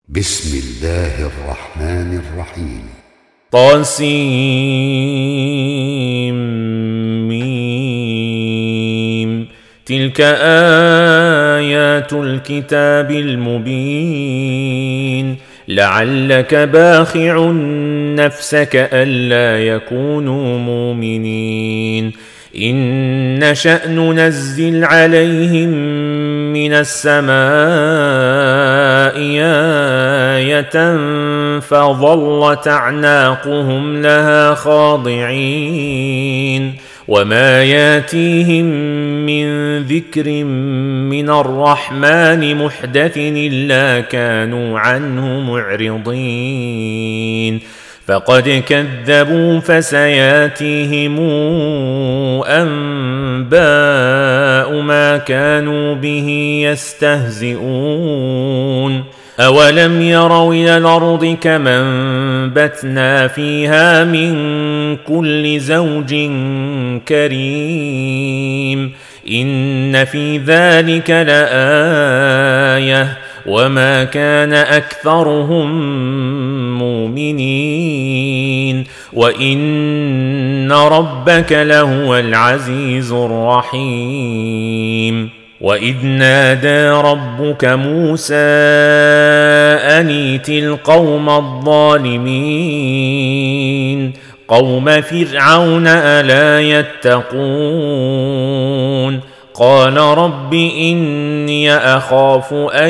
بسم الله الرحمن الرحيم. طاسيم. تلك آيات الكتاب المبين. لعلك باخع نفسك ألا يكونوا مؤمنين. إن نشأ ننزل عليهم من السماء آية فظلت أعناقهم لها خاضعين. وما ياتيهم من ذكر من الرحمن محدث إلا كانوا عنه معرضين. فقد كذبوا فسياتيهم أنباء ما كانوا به يستهزئون. أولم يروا إلى الأرض كما أنبتنا فيها من كل زوج كريم. إن في ذلك لآية وما كان أكثرهم مؤمنين وإن ربك لهو العزيز الرحيم. وإذ نادى ربك موسى أن ائت القوم الظالمين قوم فرعون ألا يتقون. قال رب إني أخاف أن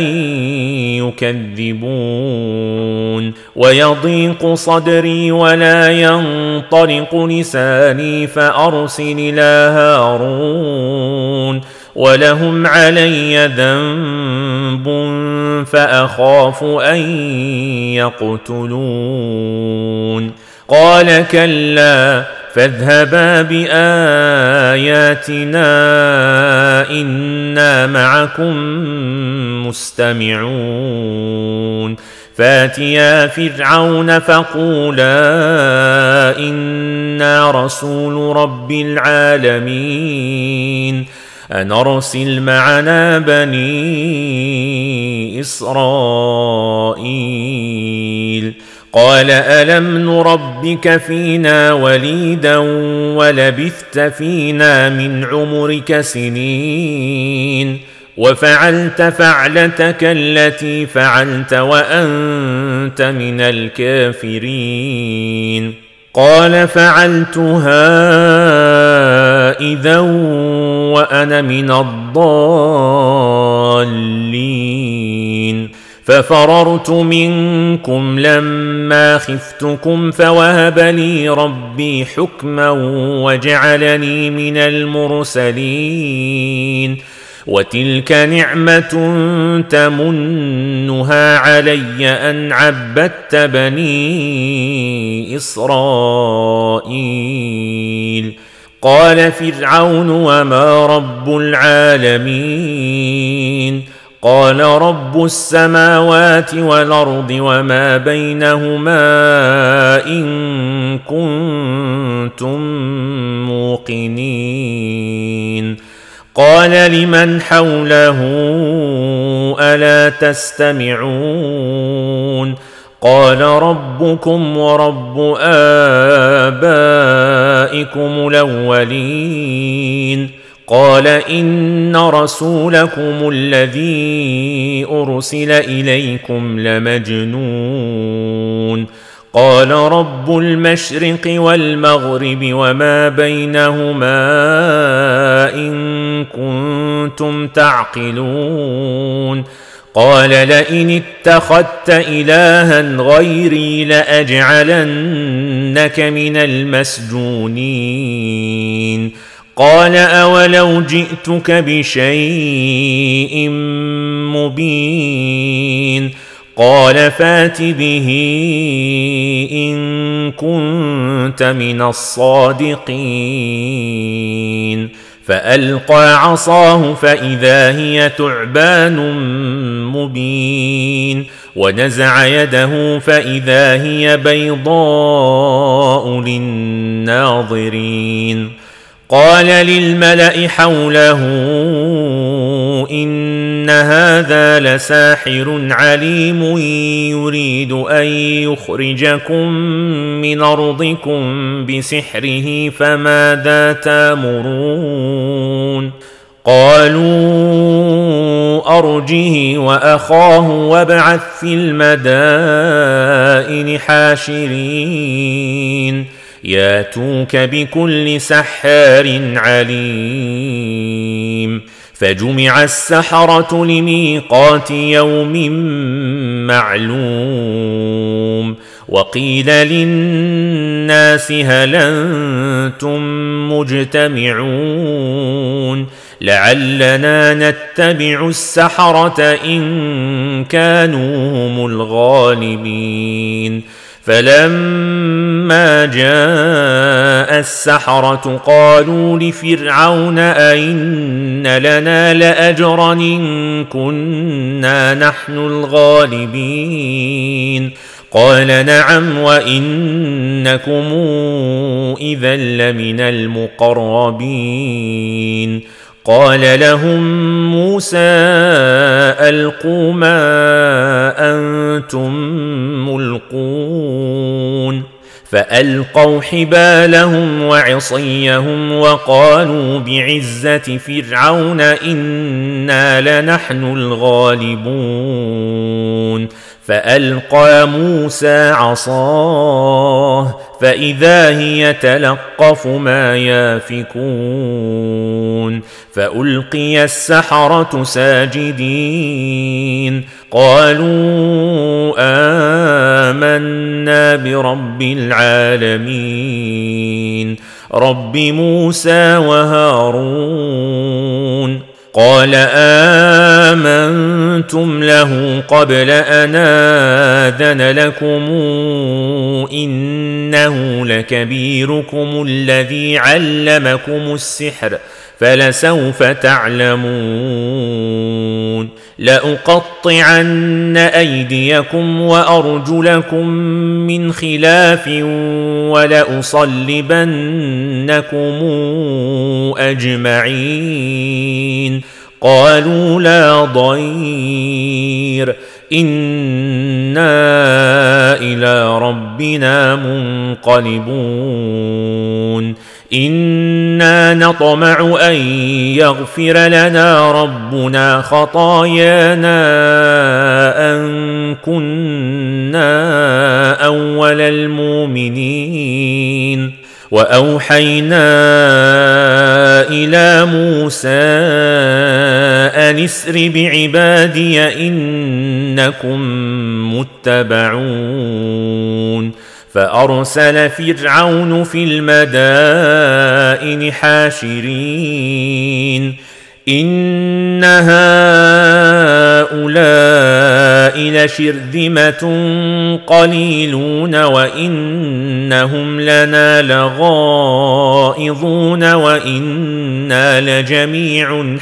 يكذبون ويضيق صدري ولا ينطلق لساني فأرسل إلى هارون ولهم علي ذنب فأخاف أن يقتلون. قال كلا فاذهبا بآياتنا إنا معكم مستمعون. فاتيا فرعون فقولا إنا رسول رب العالمين أن أرسل معنا بني إسرائيل. قال ألم نربك فينا وليدا ولبثت فينا من عمرك سنين وفعلت فعلتك التي فعلت وأنت من الكافرين. قال فعلتها إذا وأنا من الضالين. ففررت منكم لما خفتكم فوهب لي ربي حكما وجعلني من المرسلين. وتلك نعمة تمنها علي أن عبدت بني إسرائيل. قال فرعون وما رب العالمين؟ قال رب السماوات والأرض وما بينهما إن كنتم موقنين. قال لمن حوله ألا تستمعون؟ قال ربكم ورب آبائكم الأولين. قال إن رسولكم الذي أرسل إليكم لمجنون. قال رب المشرق والمغرب وما بينهما إن كنتم تعقلون. قال لئن اتخذت إلها غيري لأجعلنك من المسجونين. قال أولو جئتك بشيء مبين؟ قال فات به إن كنت من الصادقين. فألقى عصاه فإذا هي ثعبان مبين ونزع يده فإذا هي بيضاء للناظرين. قال للملأ حوله إن إن هذا لساحر عليم يريد أن يخرجكم من أرضكم بسحره فماذا تأمرون قالوا أرجه وأخاه وابعث في المدائن حاشرين ياتوك بكل سحار عليم فجمع السحرة لميقات يوم معلوم وقيل للناس هل أنتم مجتمعون لعلنا نتبع السحرة إن كانوا هم الغالبين فلما جاء السحرة قالوا لفرعون أئن لنا لأجرا إن كنا نحن الغالبين قال نعم وإنكم إذا لمن المقربين قال لهم موسى ألقوا ما أنتم ملقون فألقوا حبالهم وعصيهم وقالوا بعزة فرعون إنا لنحن الغالبون فألقى موسى عصاه فإذا هي تلقف ما يافكون فألقي السحرة ساجدين قالوا آمنا برب العالمين رب موسى وهارون قال آمنتم له قبل أن آذن لكم إنه لكبيركم الذي علمكم السحر فلسوف تعلمون لأقطعن أيديكم وأرجلكم من خلاف ولأصلبنكم أجمعين قالوا لا ضير إنا إلى ربنا منقلبون إنا نطمع أن يغفر لنا ربنا خطايانا أن كنا أول المؤمنين وأوحينا إلى موسى أن اسر بعبادي إنكم متبعون فأرسل فرعون في المدائن حاشرين إن هؤلاء لشرذمة قليلون وإنهم لنا لغائظون وإنا لجميع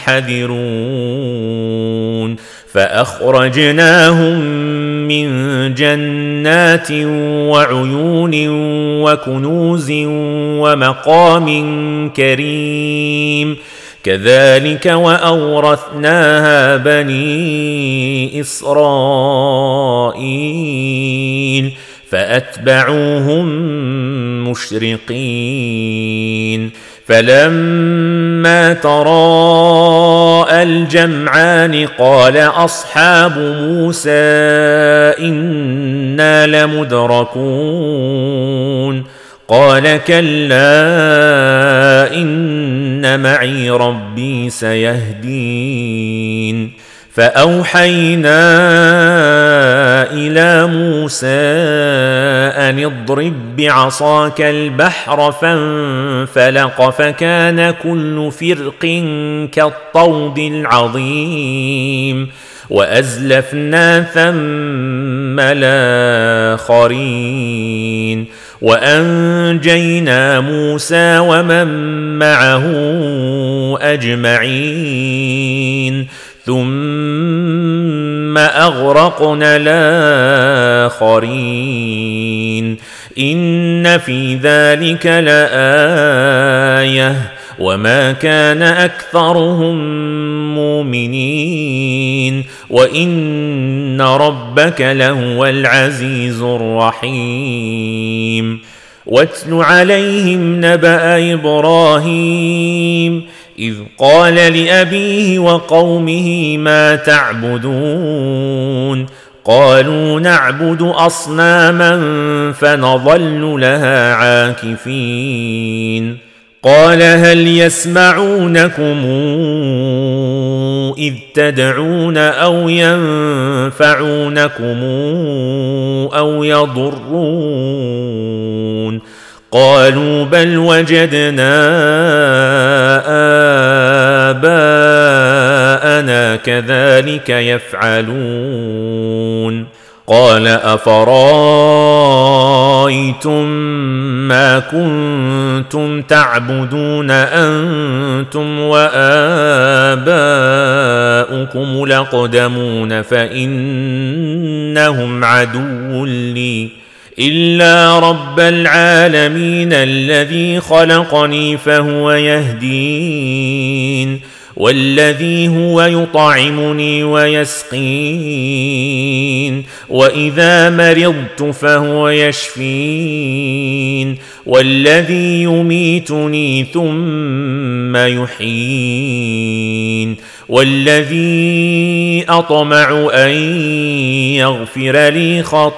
حذرون فأخرجناهم من جنات وعيون وكنوز ومقام كريم كذلك وأورثناها بني إسرائيل فأتبعوهم مشرقين فلما تراءى الجمعان قال أصحاب موسى إنا لمدركون قال كلا إن معي ربي سيهدين فأوحينا إلى موسى أن اضرب بعصاك البحر فانفلق فكان كل فرق كالطود العظيم وأزلفنا ثم الآخرين وأنجينا موسى ومن معه أجمعين ثم أغرقنا الآخرين إن في ذلك لآية وما كان أكثرهم مؤمنين وإن ربك لهو العزيز الرحيم واتل عليهم نبأ إبراهيم إذ قال لأبيه وقومه ما تعبدون قالوا نعبد أصناما فنظل لها عاكفين قال هل يسمعونكم إذ تدعون أو ينفعونكم أو يضرون قالوا بل وجدنا آباءنا كذلك يفعلون قال أفرأيتم ما كنتم تعبدون أنتم وآباؤكم الأقدمون فإنهم عدو لي إلا رب العالمين الذي خلقني فهو يهدين والذي هو يطعمني ويسقين وإذا مرضت فهو يشفين والذي يميتني ثم يحيين والذي أطمع أن يغفر لي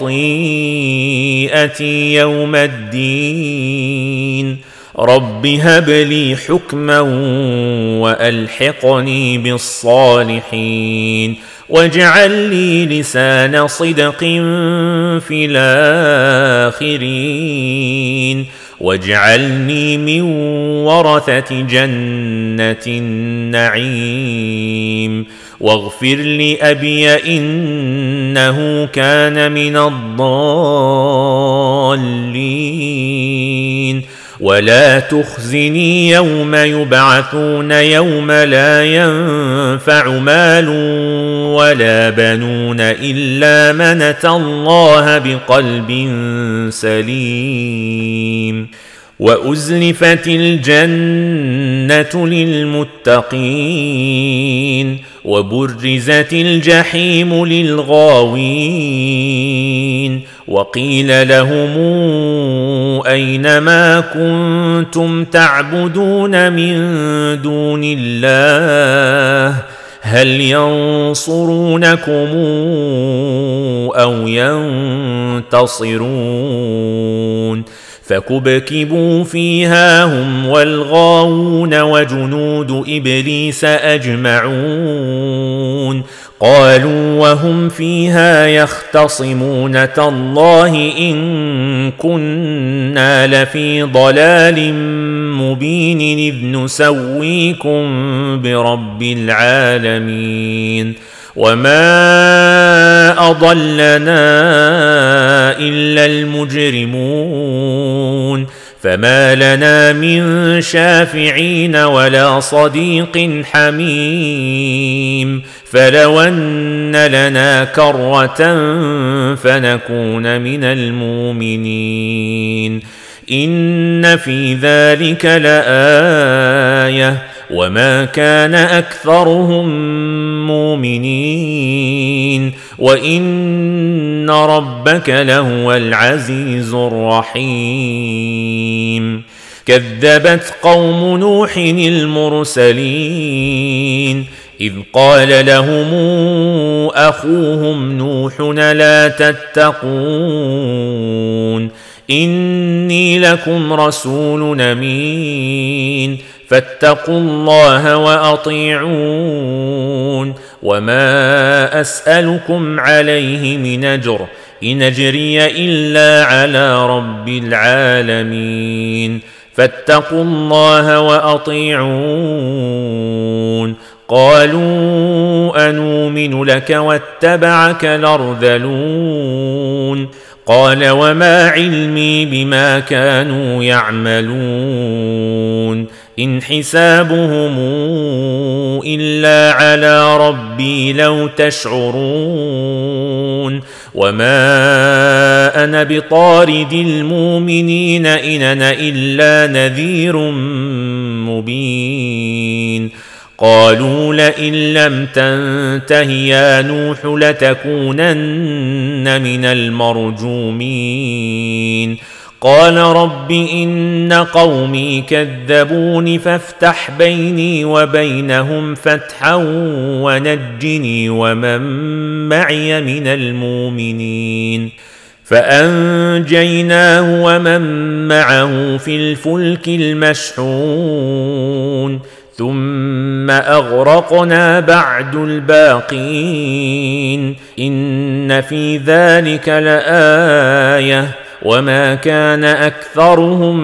خطيئتي يوم الدين رب هب لي حكما وألحقني بالصالحين واجعل لي لسان صدق في الآخرين واجعلني من ورثة جنة النعيم واغفر لأبي إنه كان من الضالين ولا تخزني يوم يبعثون يوم لا ينفع مال ولا بنون إلا من أتى الله بقلب سليم وأزلفت الجنة للمتقين وبرزت الجحيم للغاوين وقيل لهم أين ما كنتم تعبدون من دون الله هل ينصرونكم أو ينتصرون فكبكبوا فيها هم والغاوون وجنود إبليس أجمعون قالوا وهم فيها يختصمون تالله إن كنا لفي ضلال مبين إذ نسويكم برب العالمين وما أضلنا إلا المجرمون فما لنا من شافعين ولا صديق حميم فلو أن لنا كرة فنكون من المؤمنين إن في ذلك لآية وما كان أكثرهم مؤمنين وإن ربك لهو العزيز الرحيم كذبت قوم نوح المرسلين إذ قال لهم أخوهم نوح لا تتقون إني لكم رسول أمين فاتقوا الله وأطيعون وما أسألكم عليه من أجر إن أجري إلا على رب العالمين فاتقوا الله وأطيعون قالوا أنؤمن لك واتبعك الأرذلون قال وما علمي بما كانوا يعملون إن حسابهم إلا على ربي لو تشعرون وما أنا بطارد المؤمنين إن أنا إلا نذير مبين قالوا لئن لم تنته يا نوح لتكونن من المرجومين قال رب إن قومي كذبون فافتح بيني وبينهم فتحا ونجني ومن معي من المؤمنين فأنجيناه ومن معه في الفلك المشحون ثم أغرقنا بعد الباقين إن في ذلك لآية وما كان أكثرهم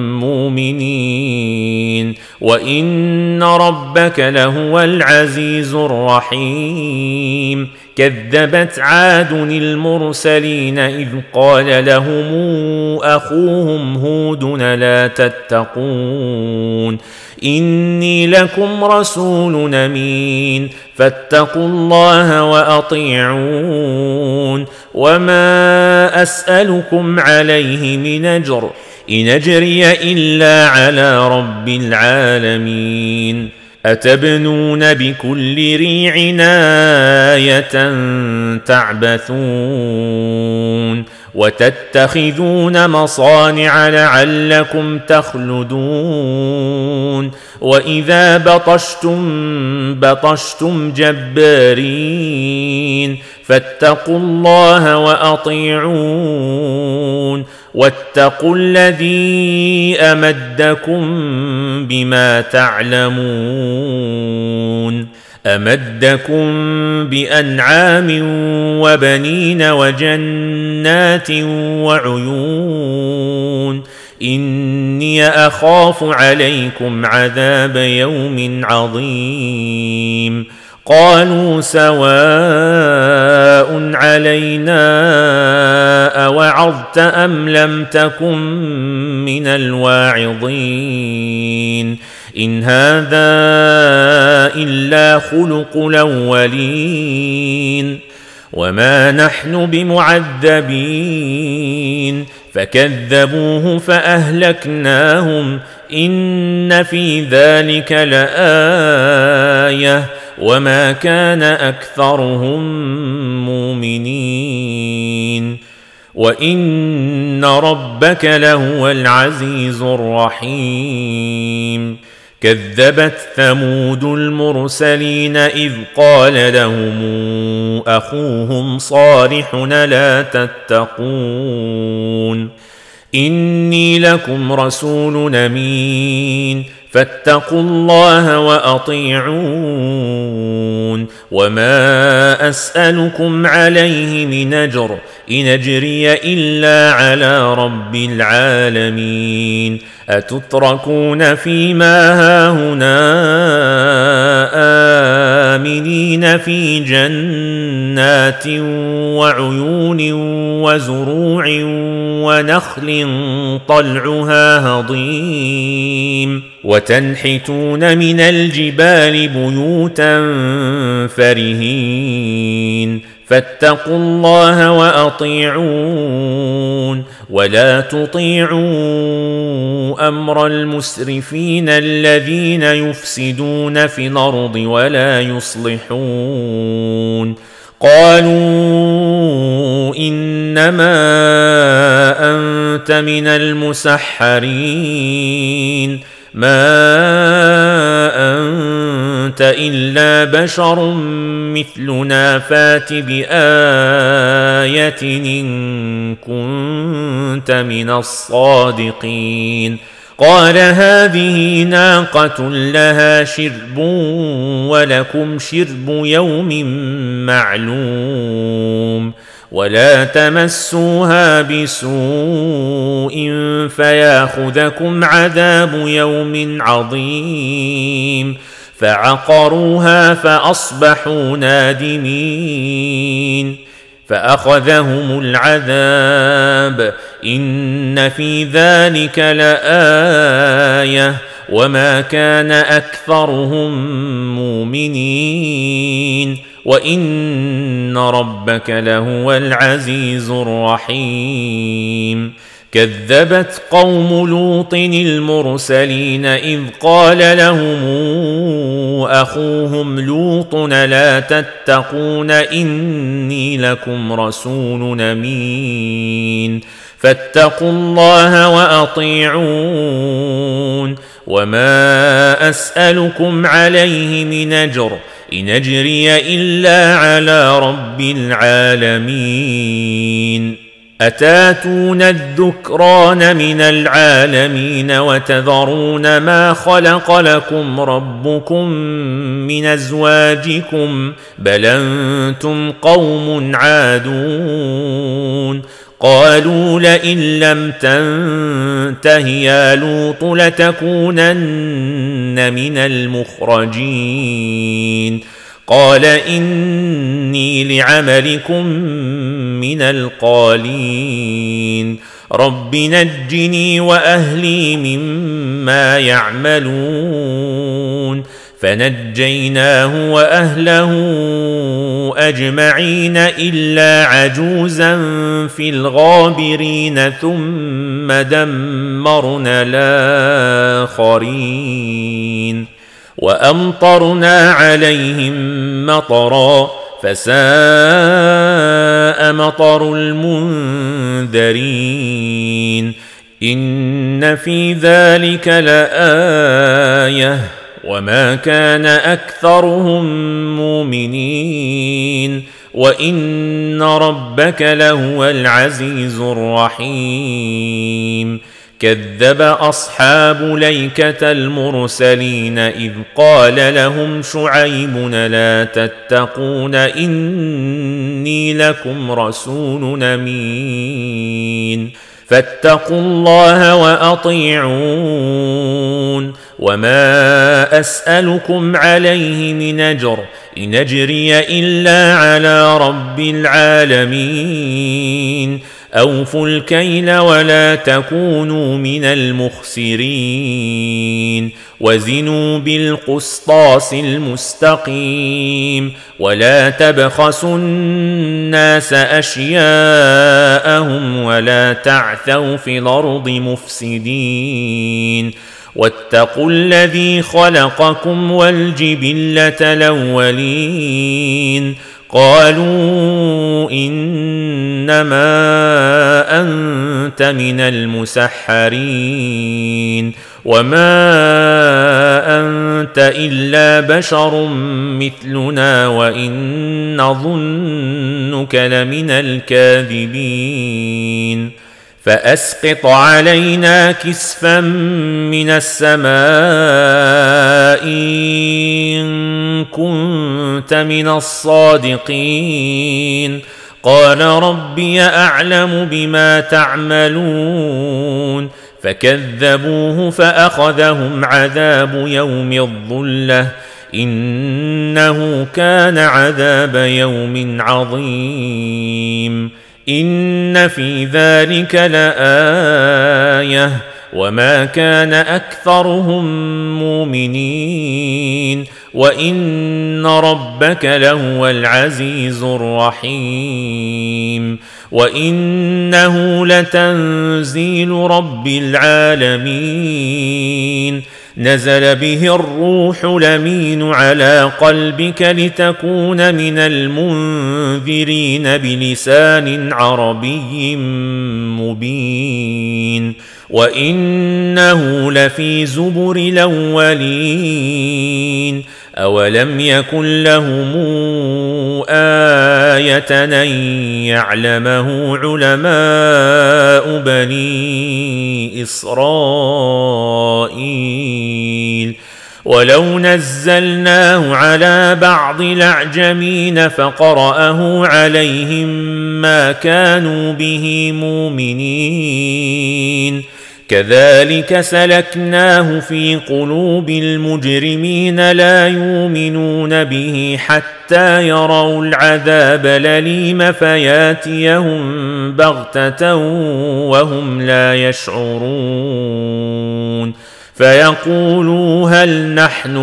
مؤمنين وإن ربك لهو العزيز الرحيم كذبت عاد المرسلين إذ قال لهم أخوهم هود لا تتقون إني لكم رسول أمين فاتقوا الله وأطيعون وما أسألكم عليه من أجر إن أجري إلا على رب العالمين أتبنون بكل ريع آية تعبثون وتتخذون مصانع لعلكم تخلدون وإذا بطشتم جبارين فاتقوا الله وأطيعون واتقوا الذي أمدكم بما تعلمون أمدكم بأنعام وبنين وجنات وعيون إني أخاف عليكم عذاب يوم عظيم قالوا سواء علينا أوعظت أم لم تكن من الواعظين إن هذا إلا خلق الأولين وما نحن بمعذبين فكذبوه فأهلكناهم إن في ذلك لآية وما كان أكثرهم مؤمنين وإن ربك لهو العزيز الرحيم كذبت ثمود المرسلين إذ قال لهم أخوهم صالح لا تتقون إني لكم رسول أمين فاتقوا الله وأطيعون وما أسألكم عليه من أجر إن أجري إلا على رب العالمين أتتركون فيما هاهنا آمنين في جنات وعيون وزروع ونخل طلعها هضيم وتنحتون من الجبال بيوتا فرهين فاتقوا الله وأطيعون ولا تطيعوا أمر المسرفين الذين يفسدون في الأرض ولا يصلحون قالوا إنما أنت من المسحرين ما أنت إلا بشر مثلنا فات بآية إن كنت من الصادقين قال هذه ناقة لها شرب ولكم شرب يوم معلوم ولا تمسوها بسوء فياخذكم عذاب يوم عظيم فعقروها فأصبحوا نادمين فأخذهم العذاب إن في ذلك لآية وما كان أكثرهم مؤمنين وإن ربك لهو العزيز الرحيم كذبت قوم لوط المرسلين إذ قال لهم أخوهم لوط لا تتقون إني لكم رسول أمين فاتقوا الله وأطيعون وما أسألكم عليه من أجر إن أجري إلا على رب العالمين أتاتون الذكران من العالمين وتذرون ما خلق لكم ربكم من أزواجكم بل أنتم قوم عادون قالوا لئن لم تنته يا لوط لتكونن من المخرجين قال إني لعملكم من القالين رب نجني وأهلي مما يعملون فنجيناه وأهله أجمعين إلا عجوزا في الغابرين ثم دمرنا الآخرين وأمطرنا عليهم مطرا فساء مطر المنذرين إن في ذلك لآية وما كان أكثرهم مؤمنين وإن ربك لهو العزيز الرحيم كذب أصحاب ليكة المرسلين إذ قال لهم شعيب لا تتقون إني لكم رسول أمين فاتقوا الله وأطيعون وما أسألكم عليه من أجر إن أجري إلا على رب العالمين أوفوا الكيل ولا تكونوا من المخسرين وزنوا بالقسطاس المستقيم ولا تبخسوا الناس أشياءهم ولا تعثوا في الأرض مفسدين واتقوا الذي خلقكم والجبلة الأولين قالوا إنما أنت من المسحرين وما أنت إلا بشر مثلنا وإن نظنك لمن الكاذبين فأسقط علينا كسفا من السماء إن كنت من الصادقين قال ربي أعلم بما تعملون فكذبوه فأخذهم عذاب يوم الظلة إنه كان عذاب يوم عظيم إن في ذلك لآية وما كان أكثرهم مؤمنين وإن ربك لهو العزيز الرحيم وإنه لتنزيل رب العالمين نزل به الروح الأمين على قلبك لتكون من المنذرين بلسان عربي مبين وإنه لفي زبر الأولين أولم يكن لهم آية أن يعلمه علماء بني إسرائيل ولو نزلناه على بعض الأعجمين فقرأه عليهم ما كانوا به مؤمنين كذلك سلكناه في قلوب المجرمين لا يؤمنون به حتى يروا العذاب الأليم فياتيهم بغتة وهم لا يشعرون فيقولوا هل نحن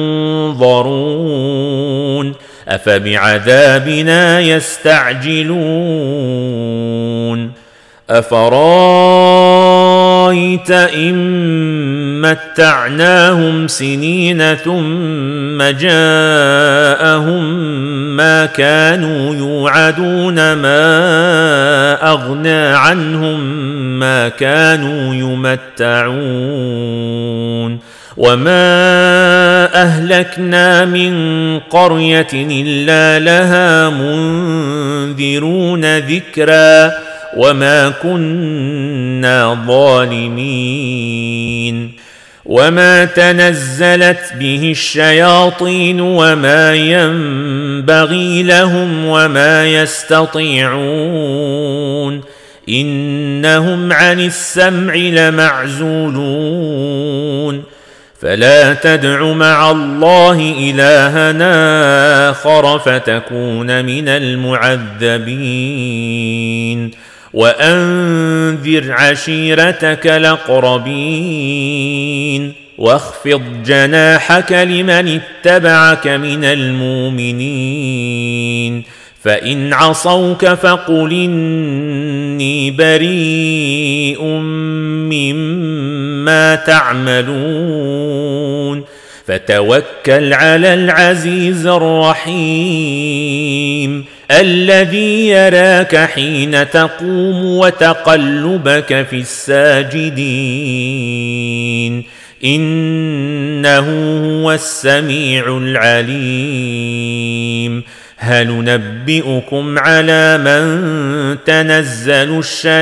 منظرون أفبعذابنا يستعجلون أفرأيت إن متعناهم سنين ثم جاءهم ما كانوا يوعدون ما أغنى عنهم ما كانوا يمتعون وما أهلكنا من قرية إلا لها منذرون ذكرا وما كنا ظالمين وما تنزلت به الشياطين وما ينبغي لهم وما يستطيعون إنهم عن السمع لمعزولون فلا تدع مع الله إلهنا آخر فتكون من المعذبين وأنذر عشيرتك الأقربين واخفض جناحك لمن اتبعك من المؤمنين فإن عصوك فقل إني بريء مما تعملون فتوكل على العزيز الرحيم الذي يراك حين تقوم وتقلبك في الساجدين إنه هو السميع العليم هل ننبئكم على من تنزل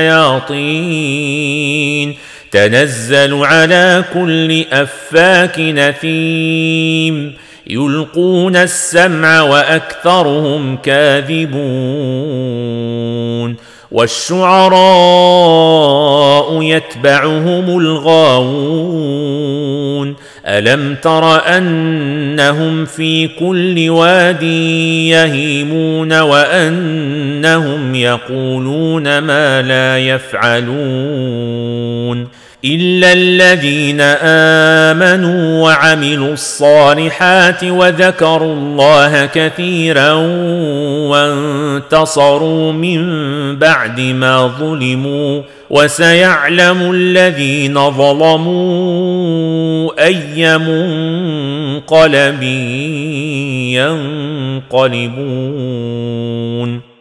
الشياطين تنزل على كل أفاك نثيم يلقون السمع وأكثرهم كاذبون والشعراء يتبعهم الغاوون ألم تر أنهم في كل واد يهيمون وأنهم يقولون ما لا يفعلون إلا الذين آمنوا وعملوا الصالحات وذكروا الله كثيرا وانتصروا من بعد ما ظلموا وسيعلم الذين ظلموا أي منقلب ينقلبون